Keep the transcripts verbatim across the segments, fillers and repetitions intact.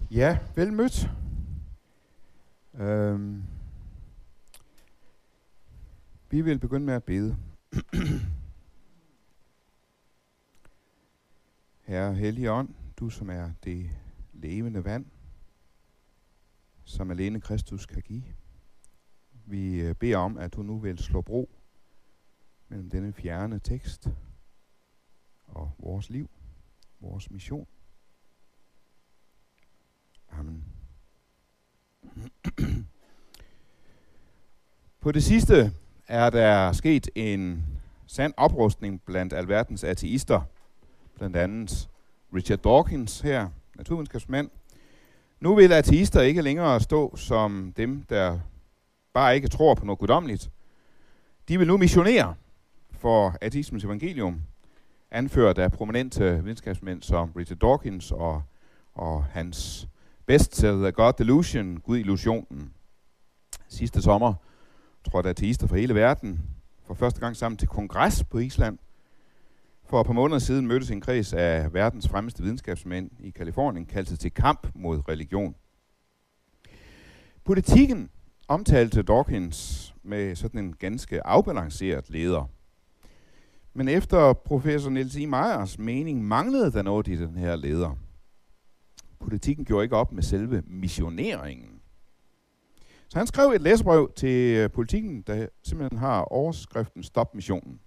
Ja, vel mødt. Øhm. Vi vil begynde med at bede. Herre Hellige Ånd, du som er det levende vand, som alene Kristus kan give. Vi beder om, at du nu vil slå bro mellem denne fjerne tekst og vores liv, vores mission. Amen. På det sidste er der sket en sand oprustning blandt alverdens ateister, blandt andet Richard Dawkins her, naturvidenskabsmand. Nu vil ateister ikke længere stå som dem, der bare ikke tror på noget guddommeligt. De vil nu missionere for ateismens evangelium, anført af prominente videnskabsmænd som Richard Dawkins og, og hans bestseller The God Delusion, Gud illusionen. Sidste sommer trådte ateister fra hele verden for første gang sammen til kongres på Island. For et par måneder siden mødtes en kreds af verdens fremmeste videnskabsmænd i Kalifornien, kaldte til kamp mod religion. Politikken omtalte Dawkins med sådan en ganske afbalanceret leder. Men efter professor Niels E. Meyers mening manglede der noget i den her leder. Politikken gjorde ikke op med selve missioneringen. Så han skrev et læserbrev til Politikken, der simpelthen har overskriften Stop missionen.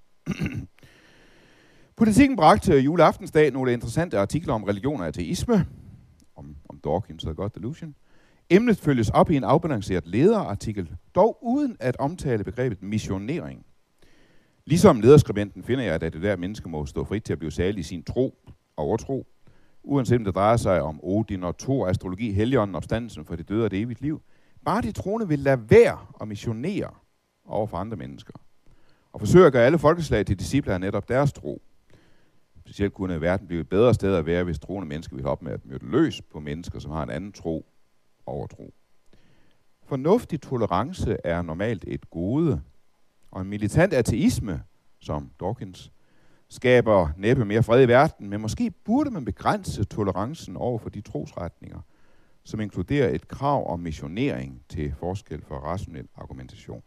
Politikken bragte juleaftensdag nogle interessante artikler om religion og ateisme, om, om Dawkins og God Delusion. Emnet følges op i en afbalanceret lederartikel, dog uden at omtale begrebet missionering. Ligesom lederskribenten finder jeg, at det der menneske må stå frit til at blive salig i sin tro og overtro, uanset om det drejer sig om Odin og Thor, astrologi, Helligånden, opstandelsen for det døde og det evigt liv. Bare de troende vil lade være at missionere over for andre mennesker, og forsøge at gøre alle folkeslag til discipler af netop deres tro. Specielt kunne verden blive et bedre sted at være, hvis troende mennesker vil op med at møde løs på mennesker, som har en anden tro overtro. Fornuftig tolerance er normalt et gode, og en militant ateisme, som Dawkins, skaber næppe mere fred i verden, men måske burde man begrænse tolerancen over for de trosretninger, som inkluderer et krav om missionering til forskel for rationel argumentation.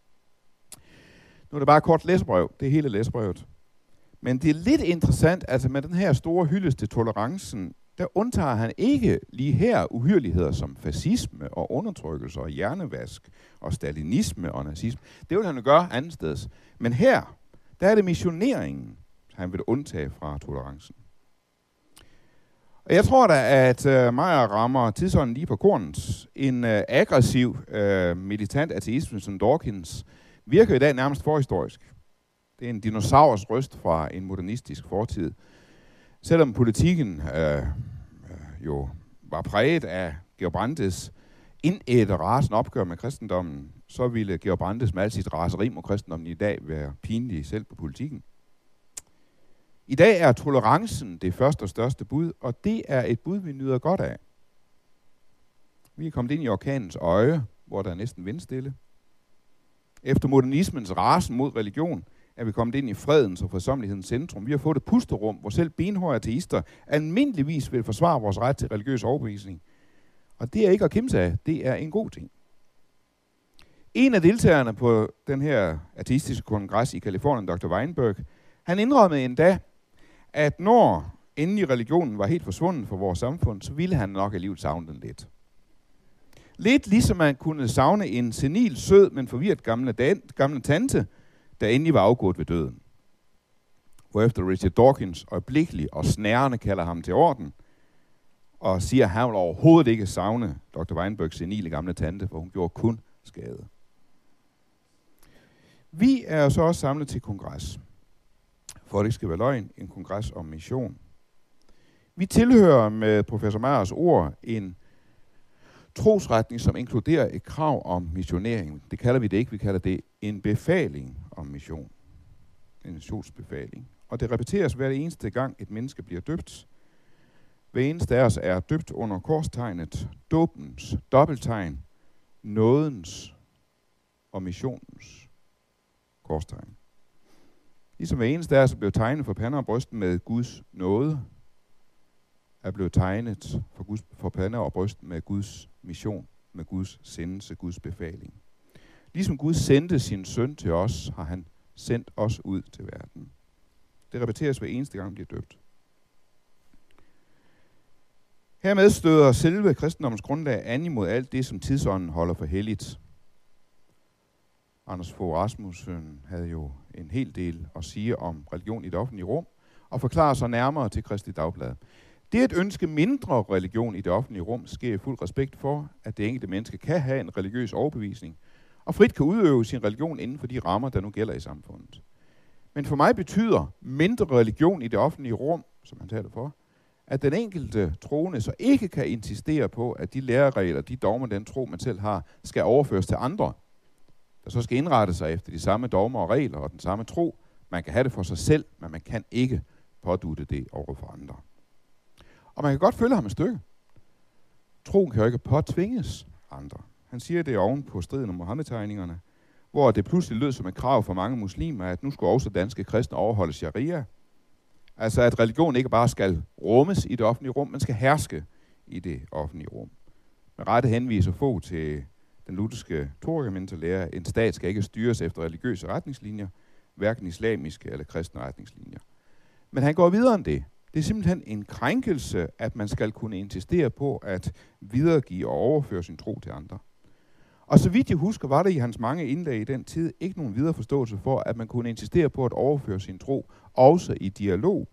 Nu er det bare et kort læsebrev, det er hele læsebrevet. Men det er lidt interessant, altså med den her store hyldest til tolerancen, der undtager han ikke lige her uhyrligheder som fascisme og undertrykkelse og hjernevask og stalinisme og nazisme. Det vil han jo gøre andet steds. Men her, der er det missioneringen, han vil undtage fra tolerancen. Og jeg tror da, at uh, Meyer rammer tidsånden lige på kornet. En uh, aggressiv, uh, militant ateisme som Dawkins virker i dag nærmest forhistorisk. Det er en dinosaurs røst fra en modernistisk fortid. Selvom politikken uh, uh, jo var præget af Georg Brandes indædte rasen opgør med kristendommen, så ville Georg Brandes med al sit raseri mod kristendommen i dag være pinlig selv på politikken. I dag er tolerancen det første og største bud, og det er et bud, vi nyder godt af. Vi er kommet ind i orkanens øje, hvor der er næsten vindstille. Efter modernismens rasen mod religion er vi kommet ind i fredens og fredsomlighedens centrum. Vi har fået et pusterum, hvor selv benhårde ateister almindeligvis vil forsvare vores ret til religiøs overbevisning. Og det er ikke at kimse af, det er en god ting. En af deltagerne på den her ateistiske kongres i Kalifornien, doktor Weinberg, han indrømmede endda, at når endelig religionen var helt forsvundet fra vores samfund, så ville han nok alligevel savne den lidt. Lidt ligesom man kunne savne en senil, sød, men forvirret gamle, dan- gamle tante, der endelig var afgået ved døden. Hvorefter Richard Dawkins øjeblikkeligt og snærende kalder ham til orden, og siger, at han vil overhovedet ikke savne doktor Weinbergs senile gamle tante, for hun gjorde kun skade. Vi er så også samlet til kongres. For det ikke skal være løgn, en kongres om mission. Vi tilhører med professor Meyers ord en trosretning, som inkluderer et krav om missionering. Det kalder vi det ikke, vi kalder det en befaling om mission. En missionsbefaling. Og det repeteres hver eneste gang et menneske bliver døbt. Hver eneste af os er døbt under korstegnet, dåbens dobbelttegn, nådens og missionens korstegn. Ligesom hver eneste af os blev tegnet for pande og brysten med Guds nåde, er blevet tegnet for, Guds, for pande og bryst med Guds mission, med Guds sendelse, Guds befaling. Ligesom Gud sendte sin søn til os, har han sendt os ud til verden. Det repeteres hver eneste gang, vi bliver døbt. Hermed støder selve kristendommens grundlag an imod alt det, som tidsånden holder for helligt. Anders Fogh Rasmussen havde jo en hel del at sige om religion i det offentlige rum, og forklarer sig nærmere til Kristi Dagblad. Det at ønske mindre religion i det offentlige rum sker i fuld respekt for, at det enkelte menneske kan have en religiøs overbevisning, og frit kan udøve sin religion inden for de rammer, der nu gælder i samfundet. Men for mig betyder mindre religion i det offentlige rum, som han taler for, at den enkelte troende så ikke kan insistere på, at de læreregler, de dogmer, den tro, man selv har, skal overføres til andre, der så skal indrette sig efter de samme dogmer og regler og den samme tro. Man kan have det for sig selv, men man kan ikke pådutte det over for andre. Og man kan godt følge ham et stykke. Troen kan jo ikke påtvinges andre. Han siger det oven på striden om Mohammed-tegningerne, hvor det pludselig lød som et krav for mange muslimer, at nu skulle også danske kristne overholde sharia. Altså at religion ikke bare skal rummes i det offentlige rum, men skal herske i det offentlige rum. Med rette henviser få til den lutherske Torah-lære, en stat skal ikke styres efter religiøse retningslinjer, hverken islamiske eller kristne retningslinjer. Men han går videre end det. Det er simpelthen en krænkelse, at man skal kunne insistere på at videregive og overføre sin tro til andre. Og så vidt jeg husker, var der i hans mange indlæg i den tid ikke nogen videre forståelse for, at man kunne insistere på at overføre sin tro, også i dialog.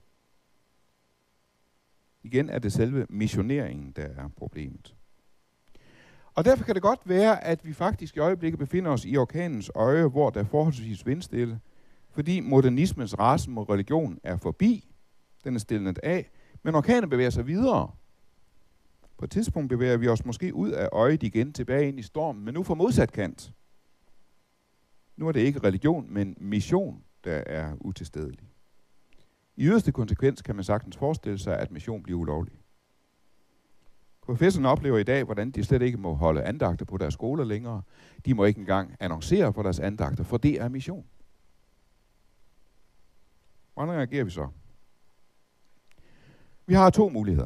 Igen er det selve missioneringen, der er problemet. Og derfor kan det godt være, at vi faktisk i øjeblikket befinder os i orkanens øje, hvor der er forholdsvis vindstille, fordi modernismens race mod religion er forbi, den er stillet af, men orkanen bevæger sig videre. På et tidspunkt bevæger vi os måske ud af øjet igen tilbage ind i stormen, men nu fra modsat kant. Nu er det ikke religion, men mission, der er utilstedelig. I yderste konsekvens kan man sagtens forestille sig, at mission bliver ulovlig. Professorerne oplever i dag, hvordan de slet ikke må holde andagter på deres skoler længere. De må ikke engang annoncere for deres andagter, for det er mission. Hvordan reagerer vi så? Vi har to muligheder.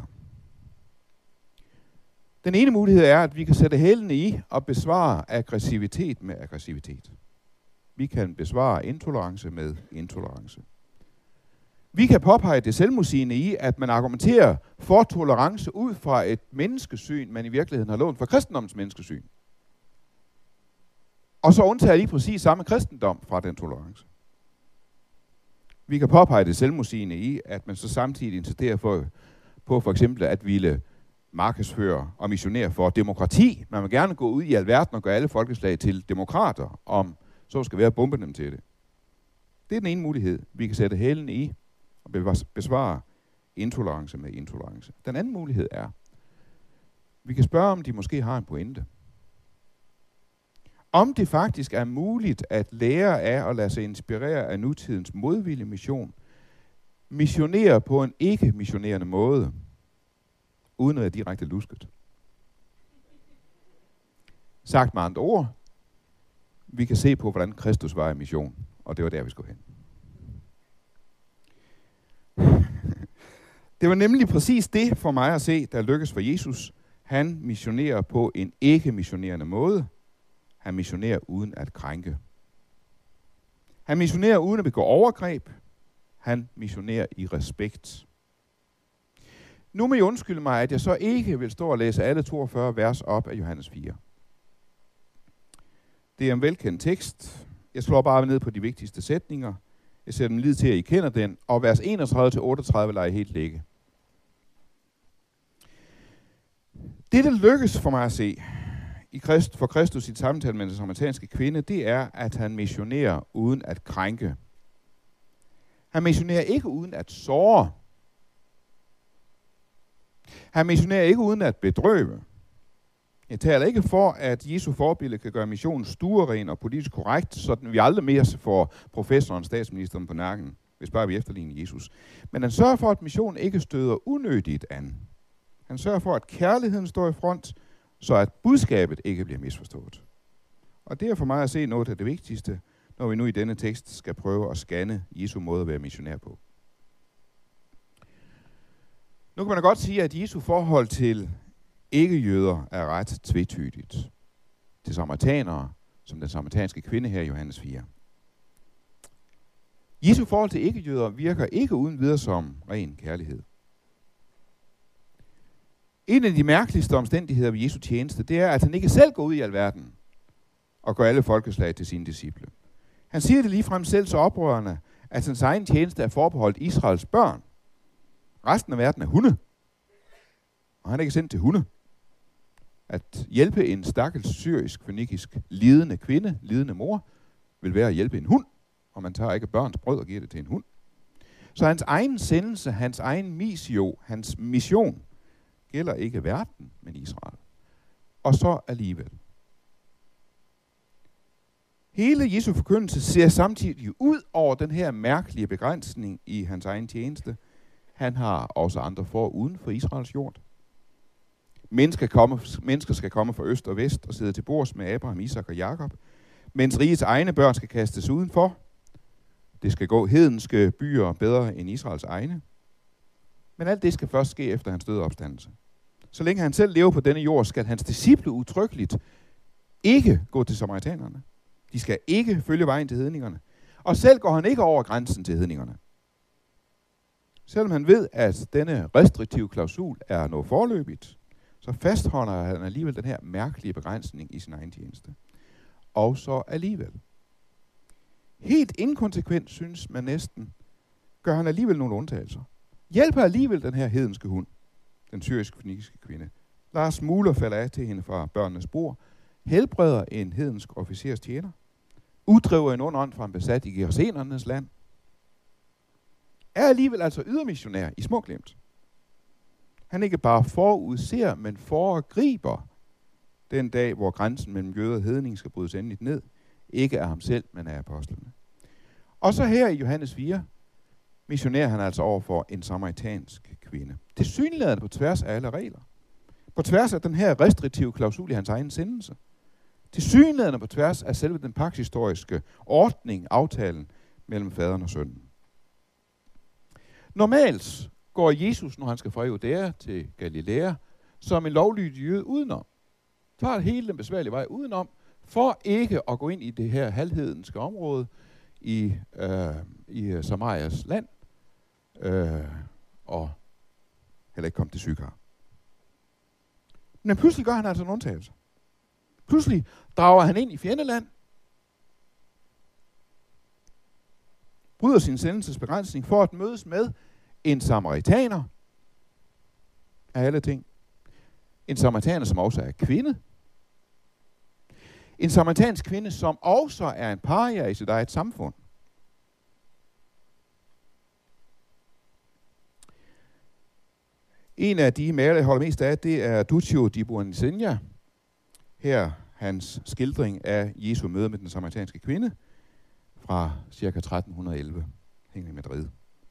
Den ene mulighed er, at vi kan sætte hælene i og besvare aggressivitet med aggressivitet. Vi kan besvare intolerance med intolerance. Vi kan påpege det selvmodsigende i, at man argumenterer for tolerance ud fra et menneskesyn, man i virkeligheden har lånt fra kristendommens menneskesyn. Og så undtager lige præcis samme kristendom fra den tolerance. Vi kan påpege det selvmodsigende i, at man så samtidig insisterer for, på for eksempel at ville markedsføre og missionere for demokrati. Man vil gerne gå ud i alverden og gøre alle folkeslag til demokrater, om så skal være at bombe dem til det. Det er den ene mulighed. Vi kan sætte hælene i og besvare intolerance med intolerance. Den anden mulighed er, vi kan spørge, om de måske har en pointe. Om det faktisk er muligt at lære af og lade sig inspirere af nutidens modvillige mission, missionere på en ikke-missionerende måde, uden at være direkte lusket. Sagt med andre ord, vi kan se på, hvordan Kristus var i mission, og det var der, vi skulle hen. Det var nemlig præcis det for mig at se, der lykkes for Jesus. Han missionerer på en ikke-missionerende måde. Han missionerer uden at krænke. Han missionerer uden at begå overgreb. Han missionerer i respekt. Nu må I undskylde mig, at jeg så ikke vil stå og læse alle toogfyrre vers op af Johannes fire. Det er en velkendt tekst. Jeg slår bare ned på de vigtigste sætninger. Jeg sætter dem lid til, at I kender den. Og vers enogtredive til otteogtredive lader jeg helt ligge. Det, der lykkes for mig at se i Christ, for Kristus i et samtale med den samaritanske kvinde, det er, at han missionerer uden at krænke. Han missionerer ikke uden at såre. Han missionerer ikke uden at bedrøve. Jeg taler ikke for, at Jesu forbillede kan gøre missionen stueren og politisk korrekt, så vi aldrig mere får professoren, statsministeren på nakken, hvis bare vi efterligner Jesus. Men han sørger for, at missionen ikke støder unødigt an. Han sørger for, at kærligheden står i front, så at budskabet ikke bliver misforstået. Og det er for mig at se noget af det vigtigste, når vi nu i denne tekst skal prøve at scanne Jesu måde at være missionær på. Nu kan man godt sige, at Jesu forhold til ikke-jøder er ret tvetydigt. Til samaritanere, som den samaritanske kvinde her i Johannes fire. Jesu forhold til ikke-jøder virker ikke uden videre som ren kærlighed. En af de mærkeligste omstændigheder ved Jesu tjeneste, det er, at han ikke selv går ud i alverden og gør alle folkeslag til sine disciple. Han siger det ligefrem selv så oprørende, at hans egen tjeneste er forbeholdt Israels børn. Resten af verden er hunde. Og han er ikke sendt til hunde. At hjælpe en stakkels syrisk, fønikisk, lidende kvinde, lidende mor, vil være at hjælpe en hund, og man tager ikke børns brød og giver det til en hund. Så hans egen sendelse, hans egen missio, hans mission, gælder ikke verden, men Israel. Og så alligevel. Hele Jesu forkyndelse ser samtidig ud over den her mærkelige begrænsning i hans egen tjeneste. Han har også andre for uden for Israels jord. Mennesker, komme, mennesker skal komme fra øst og vest og sidde til bords med Abraham, Isak og Jakob, mens rigets egne børn skal kastes udenfor. Det skal gå hedenske byer bedre end Israels egne. Men alt det skal først ske efter hans døde opstandelse. Så længe han selv lever på denne jord, skal hans disciple udtrykkeligt ikke gå til samaritanerne. De skal ikke følge vejen til hedningerne. Og selv går han ikke over grænsen til hedningerne. Selvom han ved, at denne restriktive klausul er noget forløbigt, så fastholder han alligevel den her mærkelige begrænsning i sin egen tjeneste. Og så alligevel. Helt inkonsekvent, synes man næsten, gør han alligevel nogle undtagelser. Hjælper alligevel den her hedenske hund, den syrisk-fønikiske kvinde. Lader smuler falde af til hende fra børnenes bord, helbreder en hedensk officers tjener, uddriver en ond ånd fra en besat i Gerasenernes land, er alligevel altså ydermissionær i småglemt. Han ikke bare forudser, men foregriber den dag, hvor grænsen mellem jøder og hedning skal brydes endeligt ned. Ikke af ham selv, men af apostlene. Og så her i Johannes fire, missionerer han altså over for en samaritansk kvinde. Det synlæder på tværs af alle regler. På tværs af den her restriktive klausul i hans egen sendelse. Til synlædende på tværs af selve den pakshistoriske ordning, aftalen mellem faderen og sønnen. Normalt går Jesus, når han skal fra Judæa til Galilea, som en lovlydig jøde udenom. Tager hele den besværlige vej udenom, for ikke at gå ind i det her halvhedenske område i, øh, i Samarias land, øh, og heller ikke komme til Sykar. Men pludselig gør han altså en undtagelse. Pludselig drager han ind i fjendeland, bryder sin sendelsesbegrænsning for at mødes med en samaritaner af alle ting. En samaritaner, som også er kvinde. En samaritansk kvinde, som også er en paria i sit eget samfund. En af de maler, jeg holder mest af, det er Duccio di Buonisegna. Her hans skildring af Jesu møde med den samaritanske kvinde fra ca. tretten elleve, hænger i Madrid.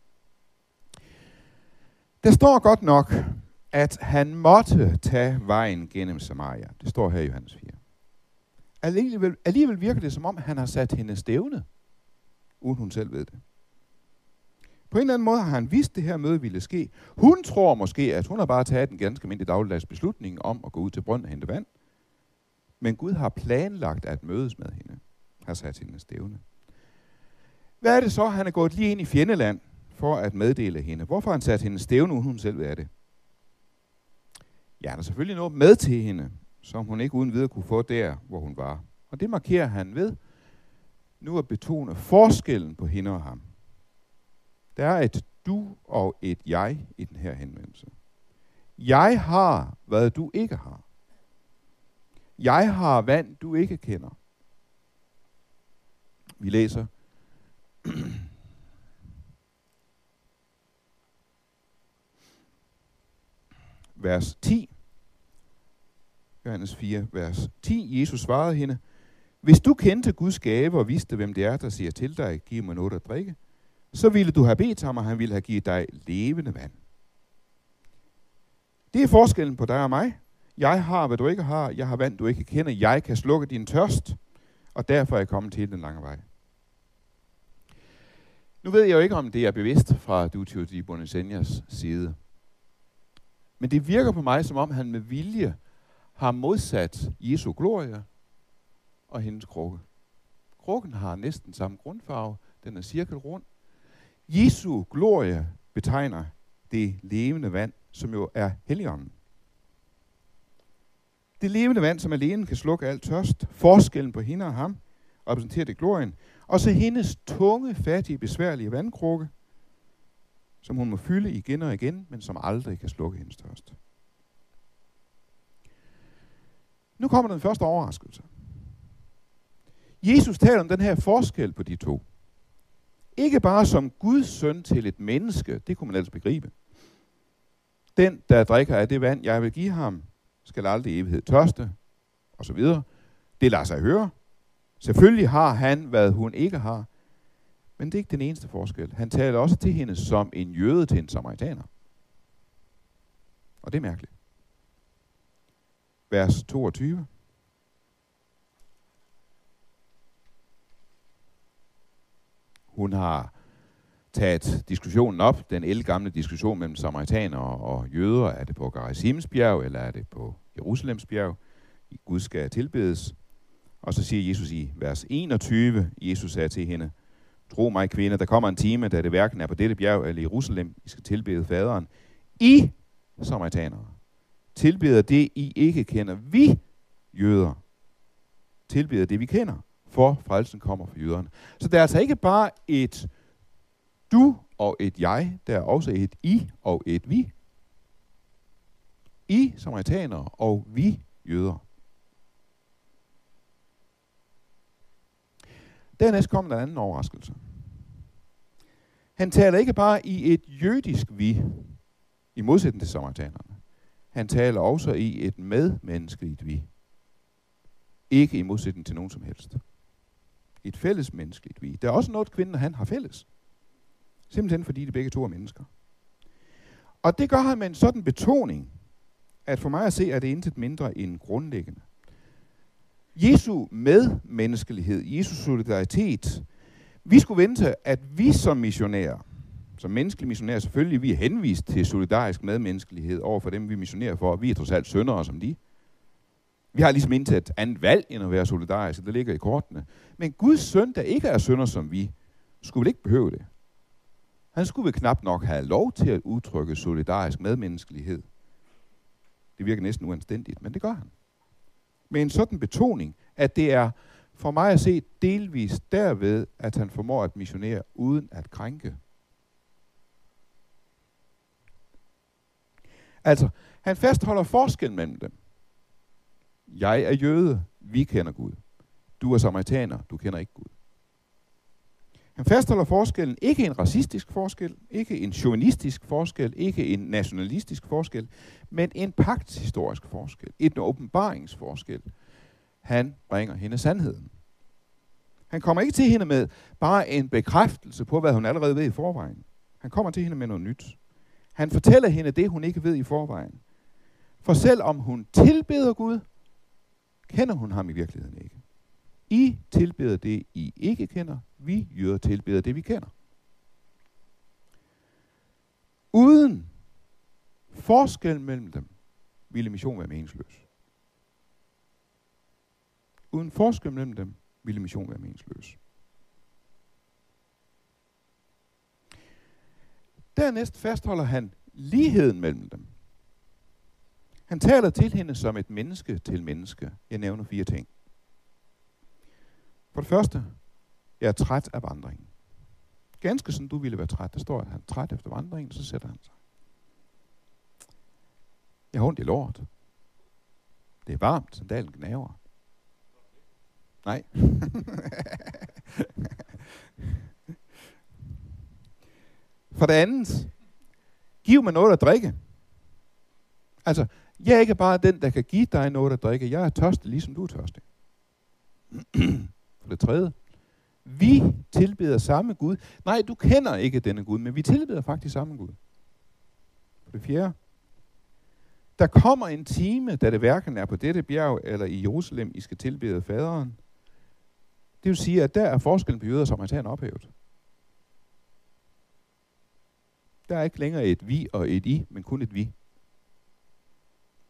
Der står godt nok, at han måtte tage vejen gennem Samaria. Det står her i Johannes fire. Alligevel, alligevel virker det, som om han har sat hende stævne, uden hun selv ved det. På en eller anden måde har han vidst, at det her møde ville ske. Hun tror måske, at hun har bare taget en ganske almindelig dagligdags beslutning om at gå ud til brønden og hente vand. Men Gud har planlagt at mødes med hende, har sat hende stævne. Hvad er det så, han er gået lige ind i fjendeland for at meddele hende? Hvorfor har han sat hende stævne, uden hun selv ved af det? Ja, han har selvfølgelig noget med til hende, som hun ikke uden videre kunne få der, hvor hun var. Og det markerer han ved nu at betone forskellen på hende og ham. Der er et du og et jeg i den her henvendelse. Jeg har, hvad du ikke har. Jeg har vand, du ikke kender. Vi læser. Vers ti. Johannes fire, vers ti. Jesus svarede hende, hvis du kendte Guds gave og vidste, hvem det er, der siger til dig, giv mig noget at drikke, så ville du have bedt ham, og han ville have givet dig levende vand. Det er forskellen på dig og mig. Jeg har, hvad du ikke har. Jeg har vand, du ikke kender. Jeg kan slukke din tørst, og derfor er jeg kommet til den lange vej. Nu ved jeg jo ikke, om det er bevidst fra Duccio di Buonisegnas side. Men det virker på mig, som om han med vilje har modsat Jesu glorie og hendes krukke. Krukken har næsten samme grundfarve. Den er cirkelrund. Jesu glorie betegner det levende vand, som jo er Helligånden. Det levende vand, som alene kan slukke alt tørst. Forskellen på hende og ham repræsenterer det glorien. Og så hendes tunge, fattige, besværlige vandkrukke, som hun må fylde igen og igen, men som aldrig kan slukke hendes tørst. Nu kommer den første overraskelse. Jesus taler om den her forskel på de to. Ikke bare som Guds søn til et menneske, det kunne man ellers begribe. Den, der drikker af det vand, jeg vil give ham, skal aldrig i evighed tørste, og så videre. Det lader sig høre. Selvfølgelig har han, hvad hun ikke har, men det er ikke den eneste forskel. Han taler også til hende som en jøde til en samaritaner. Og det er mærkeligt. Vers toogtyve. Hun har taget diskussionen op, den ældgamle diskussion mellem samaritaner og jøder. Er det på Gerizims bjerg, eller er det på Jerusalems bjerg? Gud skal tilbedes. Og så siger Jesus i vers enogtyve, Jesus sagde til hende, tro mig, kvinde, der kommer en time, da det hverken er på dette bjerg eller i Jerusalem, I skal tilbede faderen. I, samaritanere, tilbeder det, I ikke kender. Vi, jøder, tilbeder det, vi kender, for frelsen kommer fra jøderne. Så der er altså ikke bare et du og et jeg, der er også et I og et vi. I, samaritanere, og vi, jøder. Dernæst kommer der en anden overraskelse. Han taler ikke bare i et jødisk vi, i modsætning til samaritanerne. Han taler også i et medmenneskeligt vi. Ikke i modsætning til nogen som helst. Et fælles menneskeligt vi. Der er også noget, kvinden og han har fælles. Simpelthen fordi de begge to er mennesker. Og det gør han med en sådan betoning, at for mig at se, er det intet mindre end grundlæggende. Jesu medmenneskelighed, Jesu solidaritet. Vi skulle vente, at vi som missionærer, som menneskelige missionærer, selvfølgelig vi er henvist til solidarisk medmenneskelighed over for dem, vi missionerer for. Vi er trods alt syndere som de. Vi har ligesom indtil et andet valg end at være solidariske. Det ligger i kortene. Men Guds søn, der ikke er synder som vi, skulle vel ikke behøve det. Han skulle vel knap nok have lov til at udtrykke solidarisk medmenneskelighed. Det virker næsten uanstændigt, men det gør han. Med en sådan betoning, at det er for mig at se delvis derved, at han formår at missionere uden at krænke. Altså, han fastholder forskellen mellem dem. Jeg er jøde, vi kender Gud. Du er samaritaner, du kender ikke Gud. Han fastholder forskellen, ikke en racistisk forskel, ikke en chauvinistisk forskel, ikke en nationalistisk forskel, men en pagtshistorisk forskel, en åbenbaringsforskel. Han bringer hende sandheden. Han kommer ikke til hende med bare en bekræftelse på, hvad hun allerede ved i forvejen. Han kommer til hende med noget nyt. Han fortæller hende det, hun ikke ved i forvejen. For selvom hun tilbeder Gud, kender hun ham i virkeligheden ikke. I tilbeder det, I ikke kender. Vi jøder tilbeder det, vi kender. Uden forskel mellem dem, ville mission være meningsløs. Uden forskel mellem dem, ville mission være meningsløs. Dernæst fastholder han ligheden mellem dem. Han taler til hende som et menneske til menneske. Jeg nævner fire ting. For det første, jeg er træt af vandringen. Ganske som du ville være træt. Der står, at han er træt efter vandringen, så sætter han sig. Jeg har ondt i låret. Det er varmt, sandalen gnaver. Nej. For det andet, giv mig noget at drikke. Altså, jeg er ikke bare den, der kan give dig noget at drikke. Jeg er tørstig, ligesom du er tørstig. For det tredje, vi tilbeder samme Gud. Nej, du kender ikke denne Gud, men vi tilbeder faktisk samme Gud. For det fjerde, der kommer en time, da det hverken er på dette bjerg eller i Jerusalem, I skal tilbede faderen. Det vil sige, at der er forskellen på jøder og samaritaner ophævet. Der er ikke længere et vi og et I, men kun et vi.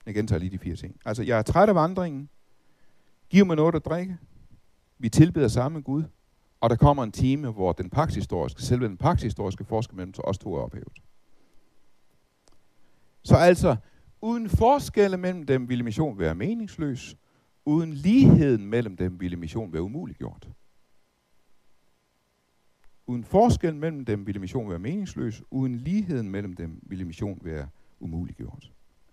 Jeg gentager lige de fire ting. Altså, jeg er træt af vandringen. Giv mig noget at drikke. Vi tilbeder samme Gud. Og der kommer en time, hvor den pakshistoriske, selve den pakshistoriske forskel mellem os to er ophævet. Så altså, uden forskelle mellem dem ville mission være meningsløs. Uden ligheden mellem dem ville mission være umuliggjort. Uden forskel mellem dem ville mission være meningsløs. Uden ligheden mellem dem ville mission være umuliggjort.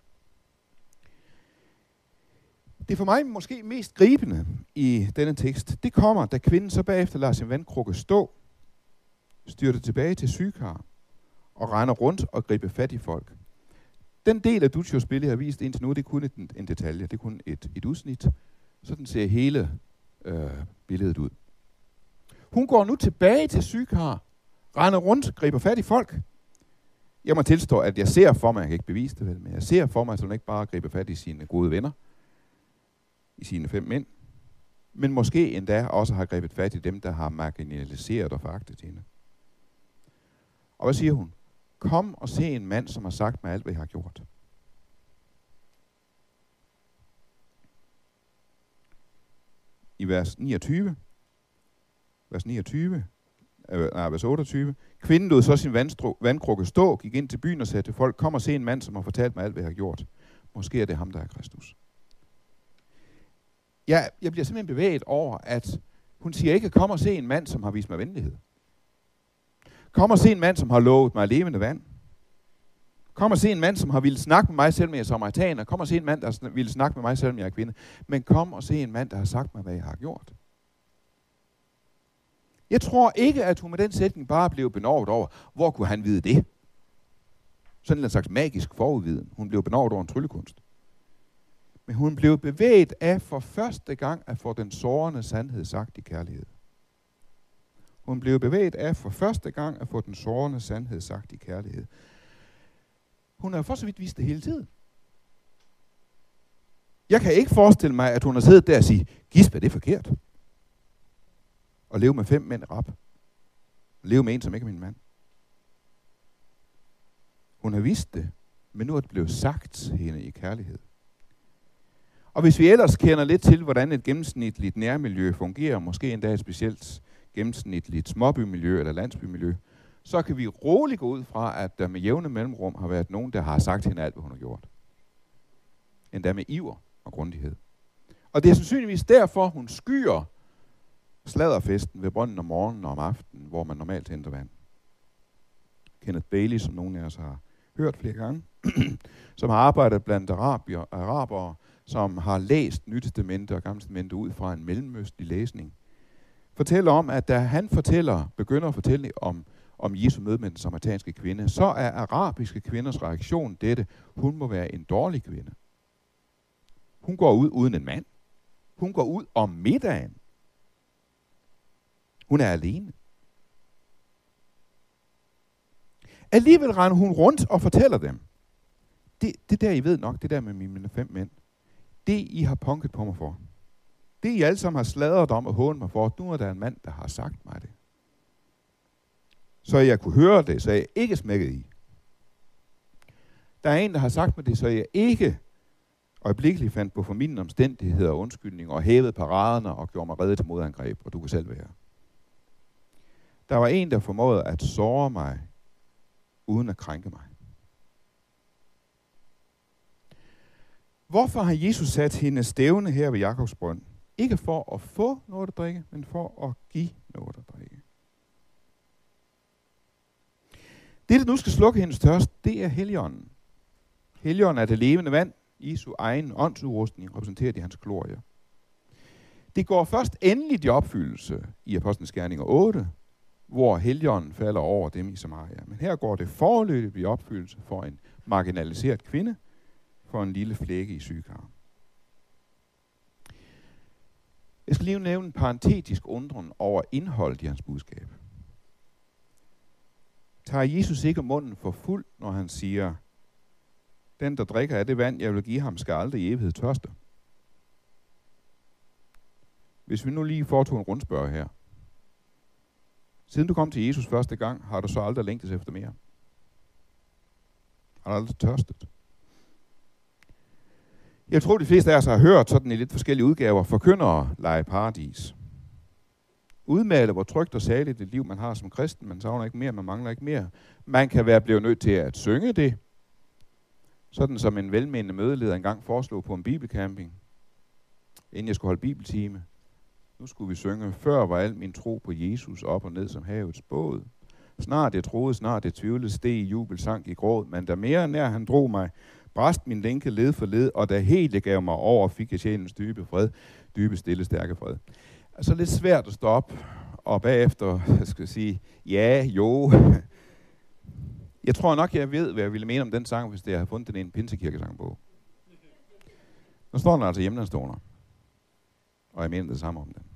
Det for mig måske mest gribende i denne tekst, det kommer, da kvinden så bagefter lader sin vandkrukke stå, styrter tilbage til Sykar og render rundt og griber fat i folk. Den del af Duccios billede, jeg har vist indtil nu, det er kun en, en detalje, det er kun et, et udsnit. Sådan ser hele øh, billedet ud. Hun går nu tilbage til Sykar, render rundt, griber fat i folk. Jeg må tilstå, at jeg ser for mig, jeg kan ikke bevise det vel, men jeg ser for mig, at hun ikke bare griber fat i sine gode venner, i sine fem mænd, men måske endda også har grebet fat i dem, der har marginaliseret og foragtet hende. Og hvad siger hun? Kom og se en mand, som har sagt mig alt, hvad jeg har gjort. I vers niogtyve, vers niogtyve, øh, nej, vers otteogtyve, kvinden lod så sin vandstru, vandkrukke stå, gik ind til byen og sagde til folk, kom og se en mand, som har fortalt mig alt, hvad jeg har gjort. Måske er det ham, der er Kristus. Jeg, jeg bliver simpelthen bevæget over, at hun siger ikke, kom og se en mand, som har vist mig venlighed. Kom og se en mand, som har lovet mig levende vand. Kom og se en mand, som har ville snakke med mig, selvom jeg er samaritaner. Kom og se en mand, der ville snakke med mig, selvom jeg er kvinde. Men kom og se en mand, der har sagt mig, hvad jeg har gjort. Jeg tror ikke, at hun med den sætning bare blev benovet over, hvor kunne han vide det? Sådan en slags magisk forudviden. Hun blev benovet over en tryllekunst. Men hun blev bevæget af for første gang at få den sårende sandhed sagt i kærlighed. Hun blev bevæget af for første gang at få den sårende sandhed sagt i kærlighed. Hun har for så vidt vist det hele tiden. Jeg kan ikke forestille mig, at hun har siddet der og sige, Gispe, det er forkert. Og leve med fem mænd rap. Leve med en, som ikke er min mand. Hun har vist det, men nu er det blevet sagt hende i kærlighed. Og hvis vi ellers kender lidt til, hvordan et gennemsnitligt nærmiljø fungerer, måske endda et specielt gennemsnitligt småbymiljø eller landsbymiljø, så kan vi roligt gå ud fra, at der med jævne mellemrum har været nogen, der har sagt hende alt, hvad hun har gjort. Endda med iver og grundighed. Og det er sandsynligvis derfor, hun skyer sladderfesten ved brønden om morgenen og om aftenen, hvor man normalt henter vand. Kenneth Bailey, som nogen af os har hørt flere gange, som har arbejdet blandt arabier, arabere, som har læst Nyt Testamente og Gamle Testamente ud fra en mellemøstlig læsning, fortæller om, at da han fortæller, begynder at fortælle om, om Jesu møde med den samaritanske kvinde, så er arabiske kvinders reaktion dette, hun må være en dårlig kvinde. Hun går ud uden en mand. Hun går ud om middagen. Hun er alene. Alligevel render hun rundt og fortæller dem. Det, det der, I ved nok, det der med mine fem mænd. Det, I har punket på mig for. Det, I alle sammen har sladret om og hånet mig for. Nu er der en mand, der har sagt mig det. Så jeg kunne høre det, så jeg ikke smækket i. Der er en, der har sagt mig det, så jeg ikke øjeblikkeligt fandt på familien omstændigheder og undskyldninger og hævede paraderne og gjorde mig reddet til modangreb, og du kan selv være. Der var en, der formåede at såre mig, uden at krænke mig. Hvorfor har Jesus sat hende stævne her ved Jakobs brønd? Ikke for at få noget at drikke, men for at give noget at drikke. Det, der nu skal slukke hendes tørst, det er Helligånden. Helligånden er det levende vand. Jesu egen åndsudrustning repræsenteret i hans glorie. Det går først endeligt i opfyldelse i Apostlenes Gerninger otte, hvor Helligånden falder over dem i Samaria. Men her går det foreløbigt i opfyldelse for en marginaliseret kvinde, for en lille flække i Sykar. Jeg skal lige nævne en parentetisk undren over indholdet i hans budskab. Tager Jesus ikke munden for fuld, når han siger, den, der drikker af det vand, jeg vil give ham, skal aldrig i evighed tørste? Hvis vi nu lige foretog en rundspørg her. Siden du kom til Jesus første gang, har du så aldrig længtes efter mere? Har du aldrig tørstet? Jeg tror, de fleste af os har hørt sådan i lidt forskellige udgaver, forkyndere lege paradis. Udmale, hvor trygt og særligt et liv man har som kristen. Man savner ikke mere, man mangler ikke mere. Man kan være blevet nødt til at synge det. Sådan som en velmenende mødeleder engang foreslog på en bibelcamping, inden jeg skulle holde bibeltime. Nu skulle vi synge, før var al min tro på Jesus op og ned som havets båd. Snart jeg troede, snart jeg tvivlede, steg i jubel, sank i gråd, men da mere nær han drog mig, brast min lænke led for led, og da helt jeg gav mig over, fik jeg sjælens dybe fred, dybe, stille, stærke fred. Altså lidt svært at stoppe, og bagefter, jeg skal sige, ja, jo. Jeg tror nok, jeg ved, hvad jeg ville mene om den sang, hvis jeg havde fundet den i en pinsekirkesangbog. Nu står den altså hjemlandstående, og jeg mener det samme om den.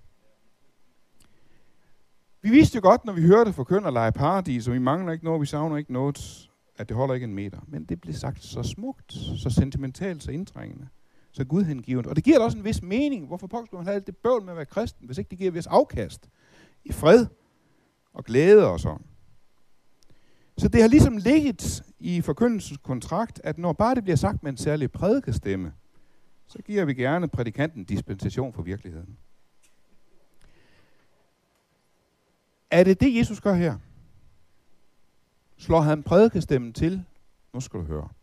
Vi vidste jo godt, når vi hørte forkynder lege paradis, og vi mangler ikke noget, vi savner ikke noget, at det holder ikke en meter. Men det blev sagt så smukt, så sentimentalt, så indtrængende, så gudhengivende. Og det giver da også en vis mening. Hvorfor pokker skulle man have alt det bøvl med at være kristen, hvis ikke det giver et vis afkast i fred og glæde og sådan. Så det har ligesom ligget i forkyndelsens kontrakt, at når bare det bliver sagt med en særlig prædikestemme, så giver vi gerne prædikanten dispensation for virkeligheden. Er det det, Jesus gør her? Slår han prædikestemmen til? Nu skal du høre.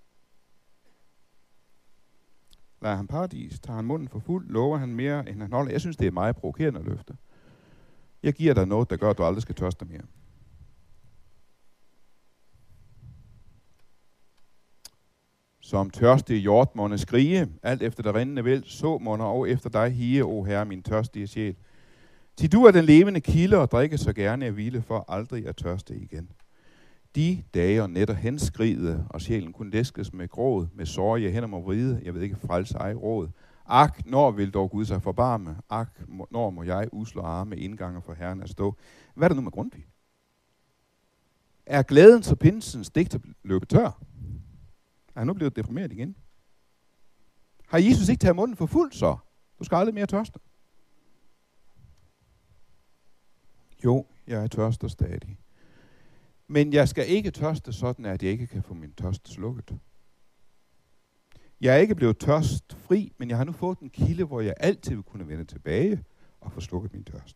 Lader han paradis, tager han munden for fuld, lover han mere, end han holder. Jeg synes, det er meget provokerende at løfte. Jeg giver dig noget, der gør, at du aldrig skal tørste mere. Som tørstige hjort måne skrige, alt efter der rindende væld, så måne og efter dig hige, o Herre, min tørstige sjæl. Til du er den levende kilde og drikke så gerne at hvile for aldrig at tørste igen. De dage og nætter henskride, og sjælen kun læskes med gråd, med sorg, jeg hænder mig vride, jeg ved ikke frelse ej råd. Ak, når vil dog Gud sig forbarme, ak, når må jeg usle arme indgange for Herren at stå. Hvad er der nu med Grundtvig? Er glæden så pinsens digter løbet tør? Er han nu blevet deprimeret igen? Har Jesus ikke taget munden for fuld så? Du skal aldrig mere tørste. Jo, jeg er tørster stadig. Men jeg skal ikke tørste sådan, at jeg ikke kan få min tørst slukket. Jeg er ikke blevet tørstfri, men jeg har nu fået en kilde, hvor jeg altid vil kunne vende tilbage og få slukket min tørst.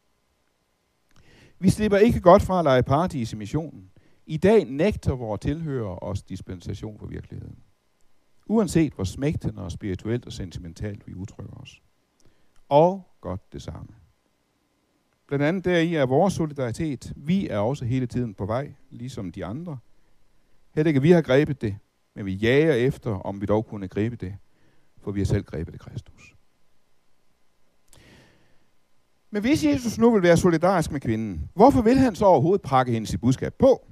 Vi slipper ikke godt fra at lege paradis i missionen. I dag nægter vores tilhører os dispensation for virkeligheden. Uanset hvor smægtende og spirituelt og sentimentalt vi udtrykker os. Og godt det samme. Blandt andet deri er vores solidaritet. Vi er også hele tiden på vej, ligesom de andre. Heller ikke vi har grebet det, men vi jager efter, om vi dog kunne gribe det, for vi har selv grebet det Kristus. Men hvis Jesus nu vil være solidarisk med kvinden, hvorfor vil han så overhovedet prakke hende sit budskab på?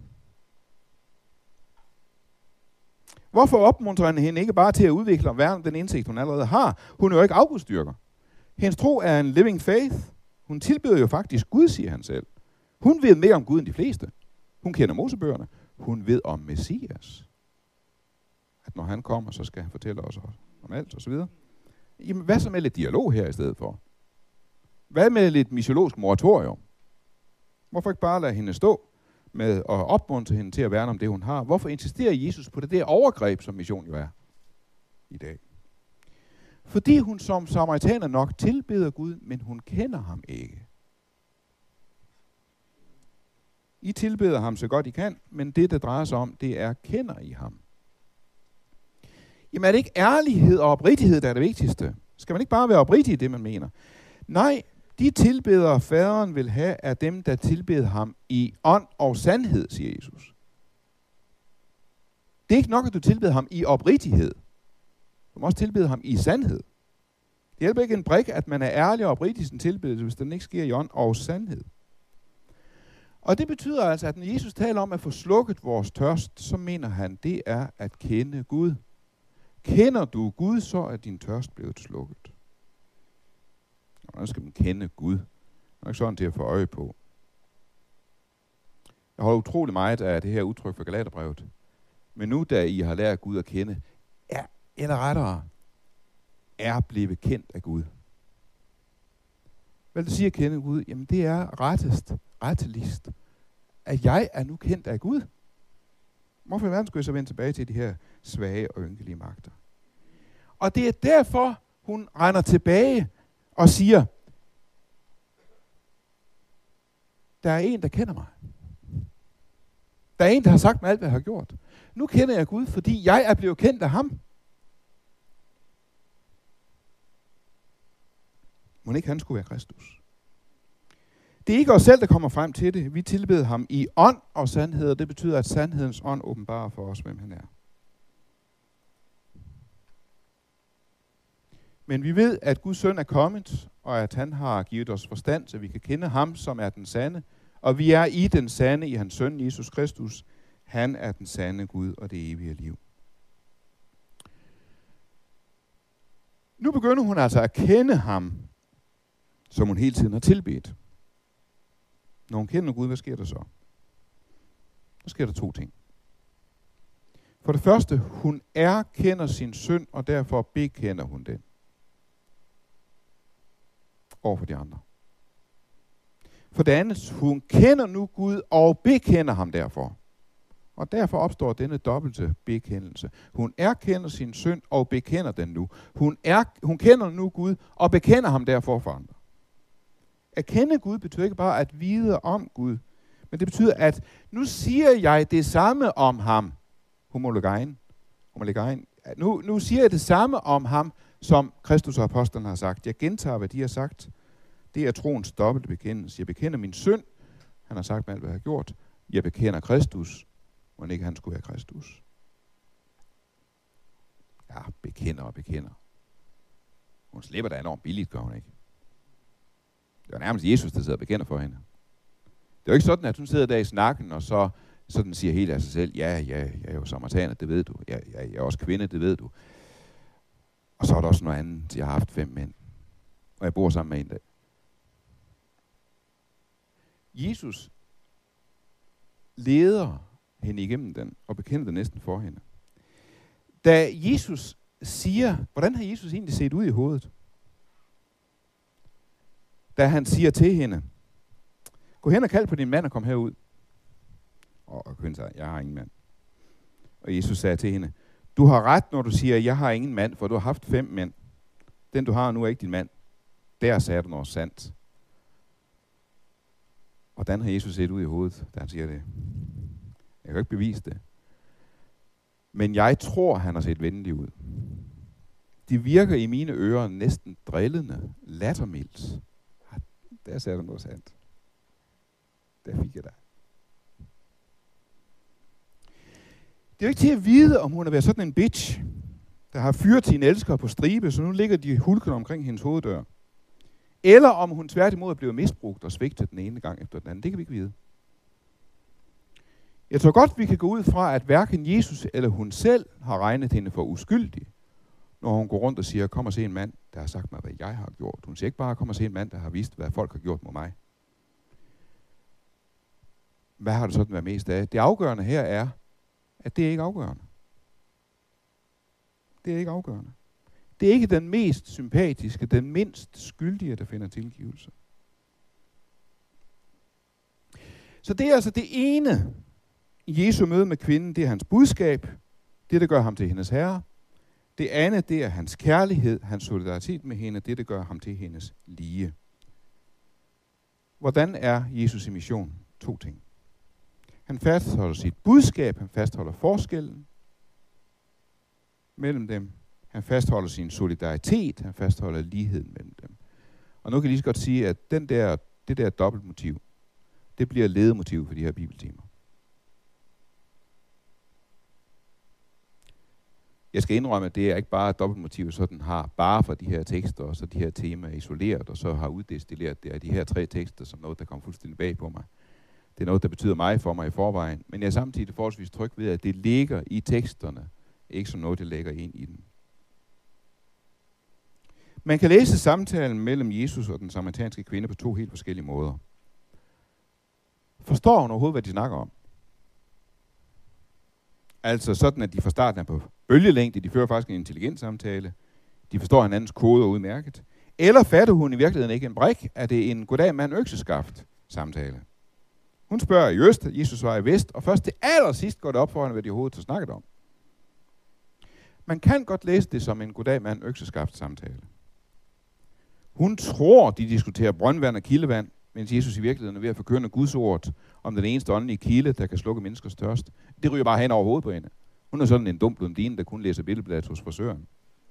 Hvorfor opmuntrer han hende ikke bare til at udvikle og værne den indsigt, hun allerede har? Hun er jo ikke afgudstyrker. Hendes tro er en living faith. Hun tilbyder jo faktisk Gud, siger han selv. Hun ved mere om Gud end de fleste. Hun kender Mosebøgerne. Hun ved om Messias. At når han kommer, så skal han fortælle os om alt og så videre. Jamen, hvad så med lidt dialog her i stedet for? Hvad med lidt missiologisk moratorium? Hvorfor ikke bare lade hende stå med at opmuntre hende til at værne om det, hun har? Hvorfor insisterer Jesus på det der overgreb, som mission jo er i dag? Fordi hun som samaritaner nok tilbeder Gud, men hun kender ham ikke. I tilbeder ham så godt I kan, men det, der drejer sig om, det er, kender I ham? Jamen er det ikke ærlighed og oprigtighed, der er det vigtigste? Skal man ikke bare være oprigtig i det, man mener? Nej, de tilbedere faderen vil have, er dem, der tilbeder ham i ånd og sandhed, siger Jesus. Det er ikke nok, at du tilbeder ham i oprigtighed. Du må også tilbede ham i sandhed. Det hjælper ikke en brik, at man er ærlig og oprigtig i sin tilbedelse, hvis den ikke sker i ånd og sandhed. Og det betyder altså, at når Jesus taler om at få slukket vores tørst, så mener han, det er at kende Gud. Kender du Gud, så er din tørst blevet slukket. Hvordan skal man kende Gud? Det er ikke sådan til at få øje på. Jeg holder utrolig meget af det her udtryk for Galaterbrevet. Men nu, da I har lært Gud at kende, er, eller rettere, er blevet kendt af Gud. Hvad det siger at kende Gud? Jamen det er rettest, retteligst, at jeg er nu kendt af Gud. Hvorfor i verden skulle jeg så vende tilbage til de her svage og ynkelige magter? Og det er derfor, hun render tilbage og siger, der er en, der kender mig. Der er en, der har sagt mig alt, hvad jeg har gjort. Nu kender jeg Gud, fordi jeg er blevet kendt af ham. Må ikke han skulle være Kristus? Det er ikke os selv, der kommer frem til det. Vi tilbeder ham i ånd og sandhed, og det betyder, at sandhedens ånd åbenbarer for os, hvem han er. Men vi ved, at Guds søn er kommet, og at han har givet os forstand, så vi kan kende ham, som er den sande. Og vi er i den sande i hans søn, Jesus Kristus. Han er den sande Gud og det evige liv. Nu begynder hun altså at kende ham, som hun hele tiden har tilbedt. Når hun kender Gud, hvad sker der så? Så sker der to ting. For det første, hun erkender sin synd, og derfor bekender hun den over for de andre. For det andet, hun kender nu Gud og bekender ham derfor. Og derfor opstår denne dobbelte bekendelse. Hun erkender sin synd og bekender den nu. Hun, er, hun kender nu Gud og bekender ham derfor for andre. At kende Gud betyder ikke bare at vide om Gud, men det betyder, at nu siger jeg det samme om ham. Homologein. Homologein. Nu, nu siger jeg det samme om ham, som Kristus og apostlen har sagt. Jeg gentager, hvad de har sagt. Det er troens dobbelte bekendelse. Jeg bekender min synd. Han har sagt mig alt, hvad jeg har gjort. Jeg bekender Kristus, men ikke han skulle være Kristus. Ja, bekender og bekender. Hun slipper da enormt billigt, gør hun ikke. Det var nærmest Jesus, der sidder og bekender for hende. Det er jo ikke sådan, at hun sidder der i snakken, og så sådan siger helt af sig selv, ja, ja, jeg er jo samaritaner, det ved du. Ja, ja, jeg er også kvinde, det ved du. Og så er der også noget andet. Jeg har haft fem mænd, og jeg bor sammen med en dag. Jesus leder hende igennem den, og bekender det næsten for hende. Da Jesus siger, hvordan har Jesus egentlig set ud i hovedet? Da han siger til hende, gå hen og kald på din mand og kom herud. Og kvinden sagde, jeg har ingen mand. Og Jesus sagde til hende, du har ret, når du siger, jeg har ingen mand, for du har haft fem mænd. Den du har nu er ikke din mand. Der sagde du noget sandt. Hvordan har Jesus set ud i hovedet, da han siger det? Jeg kan ikke bevise det. Men jeg tror, han har set venlig ud. Det virker i mine ører næsten drillende, lattermildt. Der sagde du noget sandt. Der fik jeg dig. Det er jo ikke til at vide, om hun har været sådan en bitch, der har fyret sine elskere på stribe, så nu ligger de hulkende omkring hendes hoveddør. Eller om hun tværtimod er blevet misbrugt og svigtet den ene gang efter den anden. Det kan vi ikke vide. Jeg tror godt, vi kan gå ud fra, at hverken Jesus eller hun selv har regnet hende for uskyldig, når hun går rundt og siger, kom og se en mand, der har sagt mig, hvad jeg har gjort. Hun siger ikke bare, kom og se en mand, der har vist, hvad folk har gjort mod mig. Hvad har det sådan været mest af? Det afgørende her er, at det er ikke afgørende. Det er ikke afgørende. Det er ikke den mest sympatiske, den mindst skyldige, der finder tilgivelse. Så det er altså det ene i Jesu møde med kvinden, det er hans budskab, det der gør ham til hendes herre. Det andet, det er hans kærlighed, hans solidaritet med hende, det der gør ham til hendes lige. Hvordan er Jesus i mission? To ting. Han fastholder sit budskab, han fastholder forskellen mellem dem. Han fastholder sin solidaritet, han fastholder ligheden mellem dem. Og nu kan jeg lige så godt sige, at den der, det der dobbeltmotiv, det bliver ledemotiv for de her bibeltimer. Jeg skal indrømme, at det er ikke bare et dobbeltmotiv, så den har bare for de her tekster, og så de her temaer isoleret, og så har uddestilleret det af de her tre tekster som noget, der kommer fuldstændig bag på mig. Det er noget, der betyder meget for mig i forvejen, men jeg er samtidig forholdsvis tryg ved, at det ligger i teksterne, ikke som noget, der lægger ind i den. Man kan læse samtalen mellem Jesus og den samaritanske kvinde på to helt forskellige måder. Forstår hun overhovedet, hvad de snakker om? Altså sådan, at de fra starten er på bølgelængde, de fører faktisk en intelligent samtale, de forstår hinandens koder udmærket. Eller fatter hun i virkeligheden ikke en brik, er det en goddag mand økseskaft samtale. Hun spørger i øst, Jesus var i vest, og først til allersidst går det op for hende, hvad de overhovedet har snakket om. Man kan godt læse det som en goddag mand økseskaft samtale. Hun tror, de diskuterer brøndvand og kildevand, mens Jesus i virkeligheden er ved at forkynde Guds ord om den eneste åndelige kilde, der kan slukke menneskers tørst. Det ryger bare hen over hovedet på hende. Hun er sådan en dum blondine, der kun læser billedbladet hos frisøren.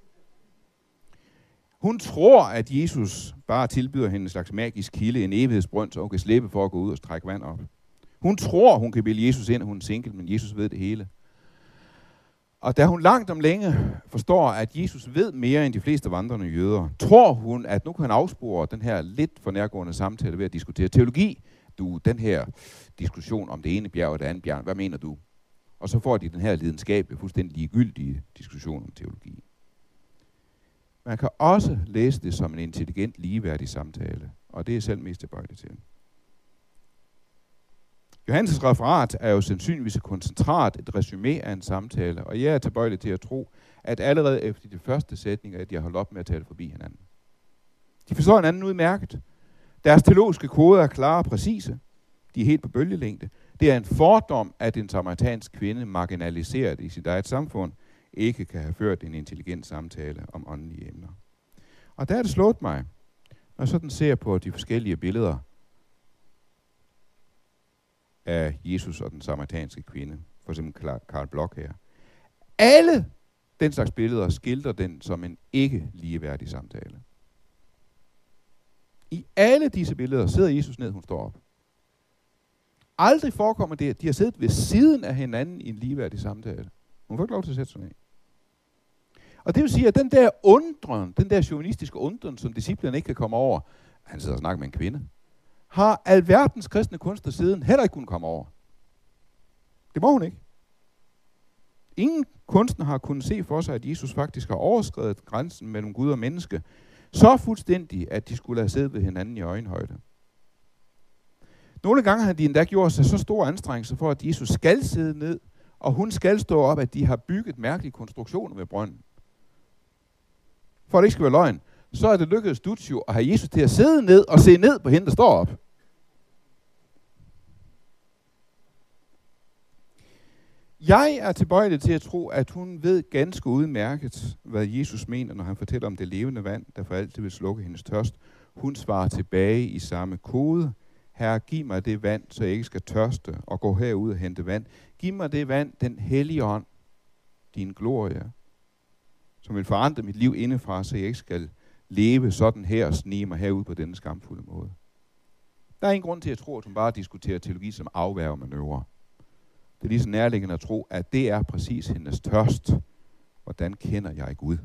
Hun tror, at Jesus bare tilbyder hende en slags magisk kilde, en evighedsbrønd, så hun kan slippe for at gå ud og trække vand op. Hun tror, hun kan bilde Jesus ind, at hun er single, men Jesus ved det hele. Og da hun langt om længe forstår, at Jesus ved mere end de fleste vandrende jøder, tror hun, at nu kan han afspore den her lidt for nærgående samtale ved at diskutere teologi. Du, den her diskussion om det ene bjerg og det andet bjerg, hvad mener du? Og så får de den her lidenskabelige, fuldstændig ligegyldige diskussion om teologi. Man kan også læse det som en intelligent, ligeværdig samtale, og det er selv mest tilbøjelig til. Johannes' referat er jo sandsynligvis et koncentrat, et resumé af en samtale, og jeg er tilbøjelig til at tro, at allerede efter de første sætninger, at de har holdt op med at tale forbi hinanden. De forstår hinanden udmærket. Deres teologiske koder er klare og præcise. De er helt på bølgelængde. Det er en fordom, at en samaritansk kvinde, marginaliseret i sit eget samfund, ikke kan have ført en intelligent samtale om åndelige emner. Og der er det slået mig, når jeg sådan ser på de forskellige billeder af Jesus og den samaritanske kvinde, for eksempel Carl Bloch her. Alle den slags billeder skildrer den som en ikke ligeværdig samtale. I alle disse billeder sidder Jesus ned, hun står op. Aldrig forekommer det, at de har siddet ved siden af hinanden i en ligeværdig samtale. Hun får ikke lov til at sætte sig ned. Og det vil sige, at den der undren, den der chauvinistiske undren, som disciplerne ikke kan komme over, han sidder og snakker med en kvinde, har alverdens kristne kunstner siden heller ikke kunnet komme over. Det må hun ikke. Ingen kunstner har kunnet se for sig, at Jesus faktisk har overskredet grænsen mellem Gud og menneske, så fuldstændig, at de skulle have siddet ved hinanden i øjenhøjde. Nogle gange har de endda gjort sig så store anstrengelser for, at Jesus skal sidde ned, og hun skal stå op, at de har bygget mærkelige konstruktioner ved brønden. For at det ikke skal være løgn, så er det lykkedes Duccio at have Jesus til at sidde ned og se ned på hende, der står op. Jeg er tilbøjelig til at tro, at hun ved ganske udmærket, hvad Jesus mener, når han fortæller om det levende vand, der for altid vil slukke hendes tørst. Hun svarer tilbage i samme kode. Herre, giv mig det vand, så jeg ikke skal tørste og gå herud og hente vand. Giv mig det vand, den hellige ånd, din glorie, som vil forandre mit liv indefra, så jeg ikke skal leve sådan her og snige mig herud på denne skamfulde måde. Der er ingen grund til at tro, at hun bare diskuterer teologi som afværgemanøvre. Det er lige så nærliggende at tro, at det er præcis hendes tørst. Hvordan kender jeg Gud?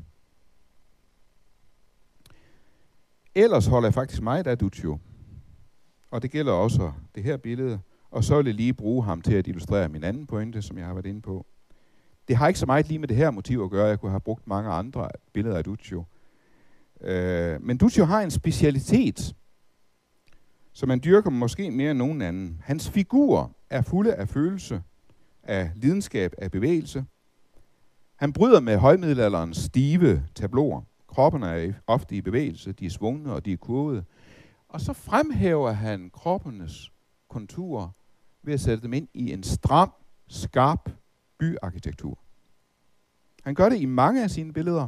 Ellers holder jeg faktisk meget af Duccio. Og det gælder også det her billede. Og så vil jeg lige bruge ham til at illustrere min anden pointe, som jeg har været inde på. Det har ikke så meget lige med det her motiv at gøre. Jeg kunne have brugt mange andre billeder af Duccio. Øh, men Duccio har en specialitet, som man dyrker måske mere end nogen anden. Hans figurer er fulde af følelse, af lidenskab, af bevægelse. Han bryder med højmiddelalderens stive tableauer. Kroppen er ofte i bevægelse, de er svungne og de er kurvede. Og så fremhæver han kroppenes konturer ved at sætte dem ind i en stram, skarp byarkitektur. Han gør det i mange af sine billeder.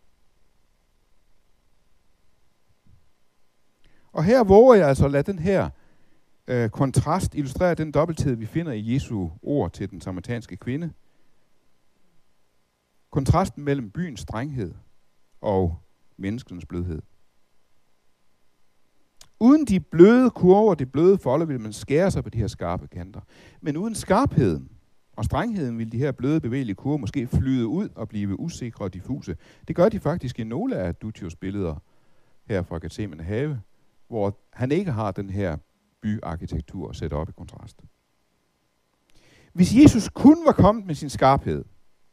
Og her våger jeg altså at lade den her øh, kontrast illustrere den dobbelthed, vi finder i Jesu ord til den samaritanske kvinde. Kontrasten mellem byens strenghed og menneskens blødhed. Uden de bløde kurver, de bløde folder, vil man skære sig på de her skarpe kanter. Men uden skarpheden og strengheden vil de her bløde, bevægelige kurver måske flyde ud og blive usikre og diffuse. Det gør de faktisk i nogle af Duccios billeder her fra Gethsemane have, hvor han ikke har den her byarkitektur at sætte op i kontrast. Hvis Jesus kun var kommet med sin skarphed,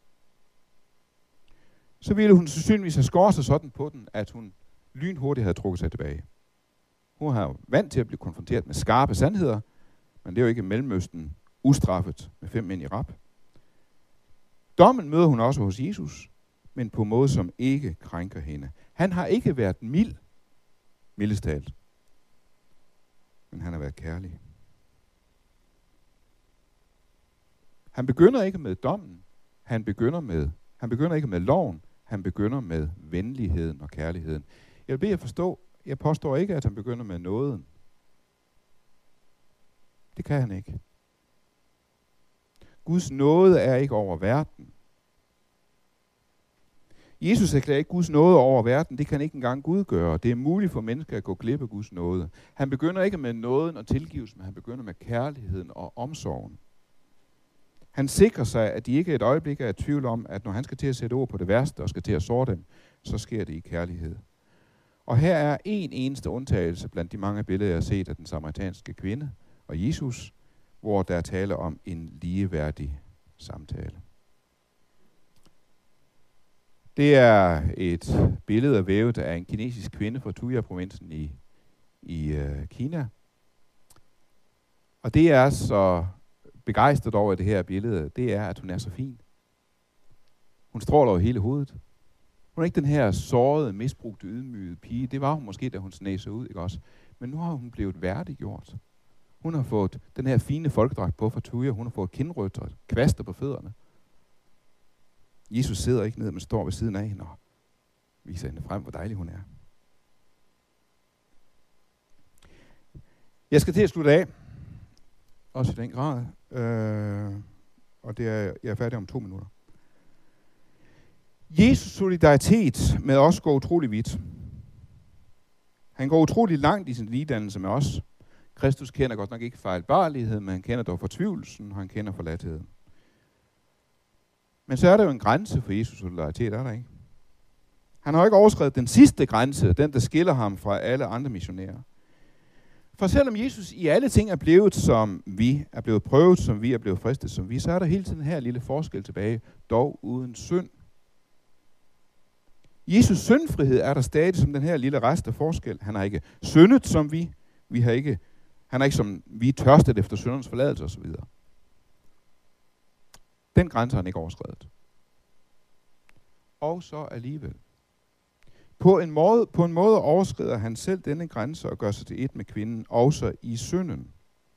så ville hun sandsynligvis have skåret sig sådan på den, at hun lynhurtigt havde trukket sig tilbage. Hun har vant til at blive konfronteret med skarpe sandheder, men det er jo ikke Mellemøsten ustraffet med fem mænd i rap. Dommen møder hun også hos Jesus, men på en måde, som ikke krænker hende. Han har ikke været mild, mildest talt, men han har været kærlig. Han begynder ikke med dommen, han begynder med Han begynder ikke med loven, han begynder med venligheden og kærligheden. Jeg vil bede jer forstå, jeg påstår ikke, at han begynder med nåden. Det kan han ikke. Guds nåde er ikke over verden. Jesus erklærer ikke Guds nåde over verden, det kan ikke engang Gud gøre. Det er muligt for mennesker at gå glip af Guds nåde. Han begynder ikke med nåden og tilgivelsen, men han begynder med kærligheden og omsorgen. Han sikrer sig, at de ikke et øjeblik er i tvivl om, at når han skal til at sætte ord på det værste og skal til at såre dem, så sker det i kærlighed. Og her er en eneste undtagelse blandt de mange billeder, jeg har set af den samaritanske kvinde og Jesus, hvor der er tale om en ligeværdig samtale. Det er et billede af vævet af en kinesisk kvinde fra Tuya-provinsen i, i øh, Kina. Og det er så begejstret over det her billede, det er, at hun er så fin. Hun stråler over hele hovedet. Hun er ikke den her sårede, misbrugte, ydmygede pige. Det var hun måske, da hun sneg sig ud, ikke også? Men nu har hun blevet værdiggjort. Hun har fået den her fine folkedragt på fra Tuya. Hun har fået kindrøtter og kvaster på fødderne. Jesus sidder ikke ned, men står ved siden af hende og viser hende frem, hvor dejlig hun er. Jeg skal til at slutte af. Også i den grad. Øh, og det er, jeg er færdig om to minutter. Jesus' solidaritet med os går utrolig vidt. Han går utrolig langt i sin ligedannelse med os. Kristus kender godt nok ikke fejlbarlighed, men han kender dog fortvivlelsen, og han kender forladtheden. Men så er der jo en grænse for Jesus' solidaritet, er der ikke? Han har jo ikke overskredet den sidste grænse, den der skiller ham fra alle andre missionærer. For selvom Jesus i alle ting er blevet som vi, er blevet prøvet som vi, er blevet fristet som vi, så er der hele tiden her lille forskel tilbage, dog uden synd. Jesus' syndfrihed er der stadig som den her lille rest af forskel. Han har ikke syndet som vi, vi har ikke, han er ikke som vi tørstet efter syndernes forladelse osv. Den grænse har han ikke overskredet. Og så alligevel. På en måde, på en måde overskrider han selv denne grænse og gør sig til et med kvinden, også i synden.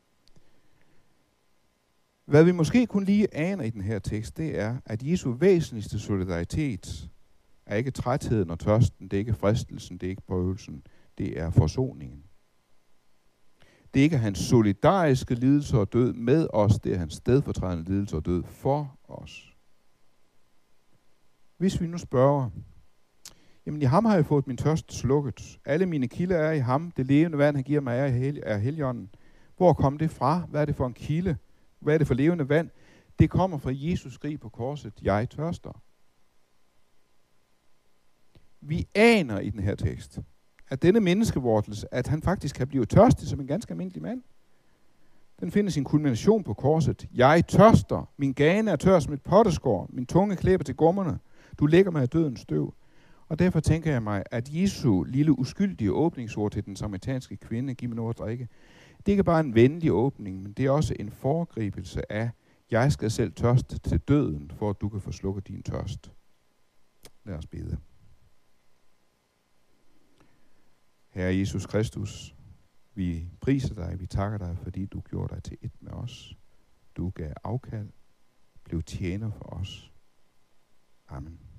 Hvad vi måske kun lige aner i den her tekst, det er, at Jesu væsentligste solidaritet er ikke trætheden og tørsten, det er ikke fristelsen, det er ikke prøvelsen, det er forsoningen. Det er ikke hans solidariske lidelse og død med os, det er hans stedfortrædende lidelse og død for os. Hvis vi nu spørger, jamen i ham har jeg fået min tørst slukket. Alle mine kilder er i ham. Det levende vand, han giver mig, er, hel- er Helligånden. Hvor kom det fra? Hvad er det for en kilde? Hvad er det for levende vand? Det kommer fra Jesus skrig på korset. Jeg tørster. Vi aner i den her tekst, at denne menneskevortelse, at han faktisk kan blive tørstig som en ganske almindelig mand. Den finder sin kulmination på korset. Jeg tørster. Min gane er tør som et potteskår. Min tunge klæber til gummerne. Du lægger mig af dødens støv. Og derfor tænker jeg mig, at Jesu lille uskyldige åbningsord til den samaritanske kvinde, giv mig noget at drikke, det er ikke bare en venlig åbning, men det er også en foregribelse af, jeg skal selv tørste til døden, for at du kan få slukket din tørst. Lad os bede. Herre Jesus Kristus, vi priser dig, vi takker dig, fordi du gjorde dig til et med os. Du gav afkald, blev tjener for os. Amen.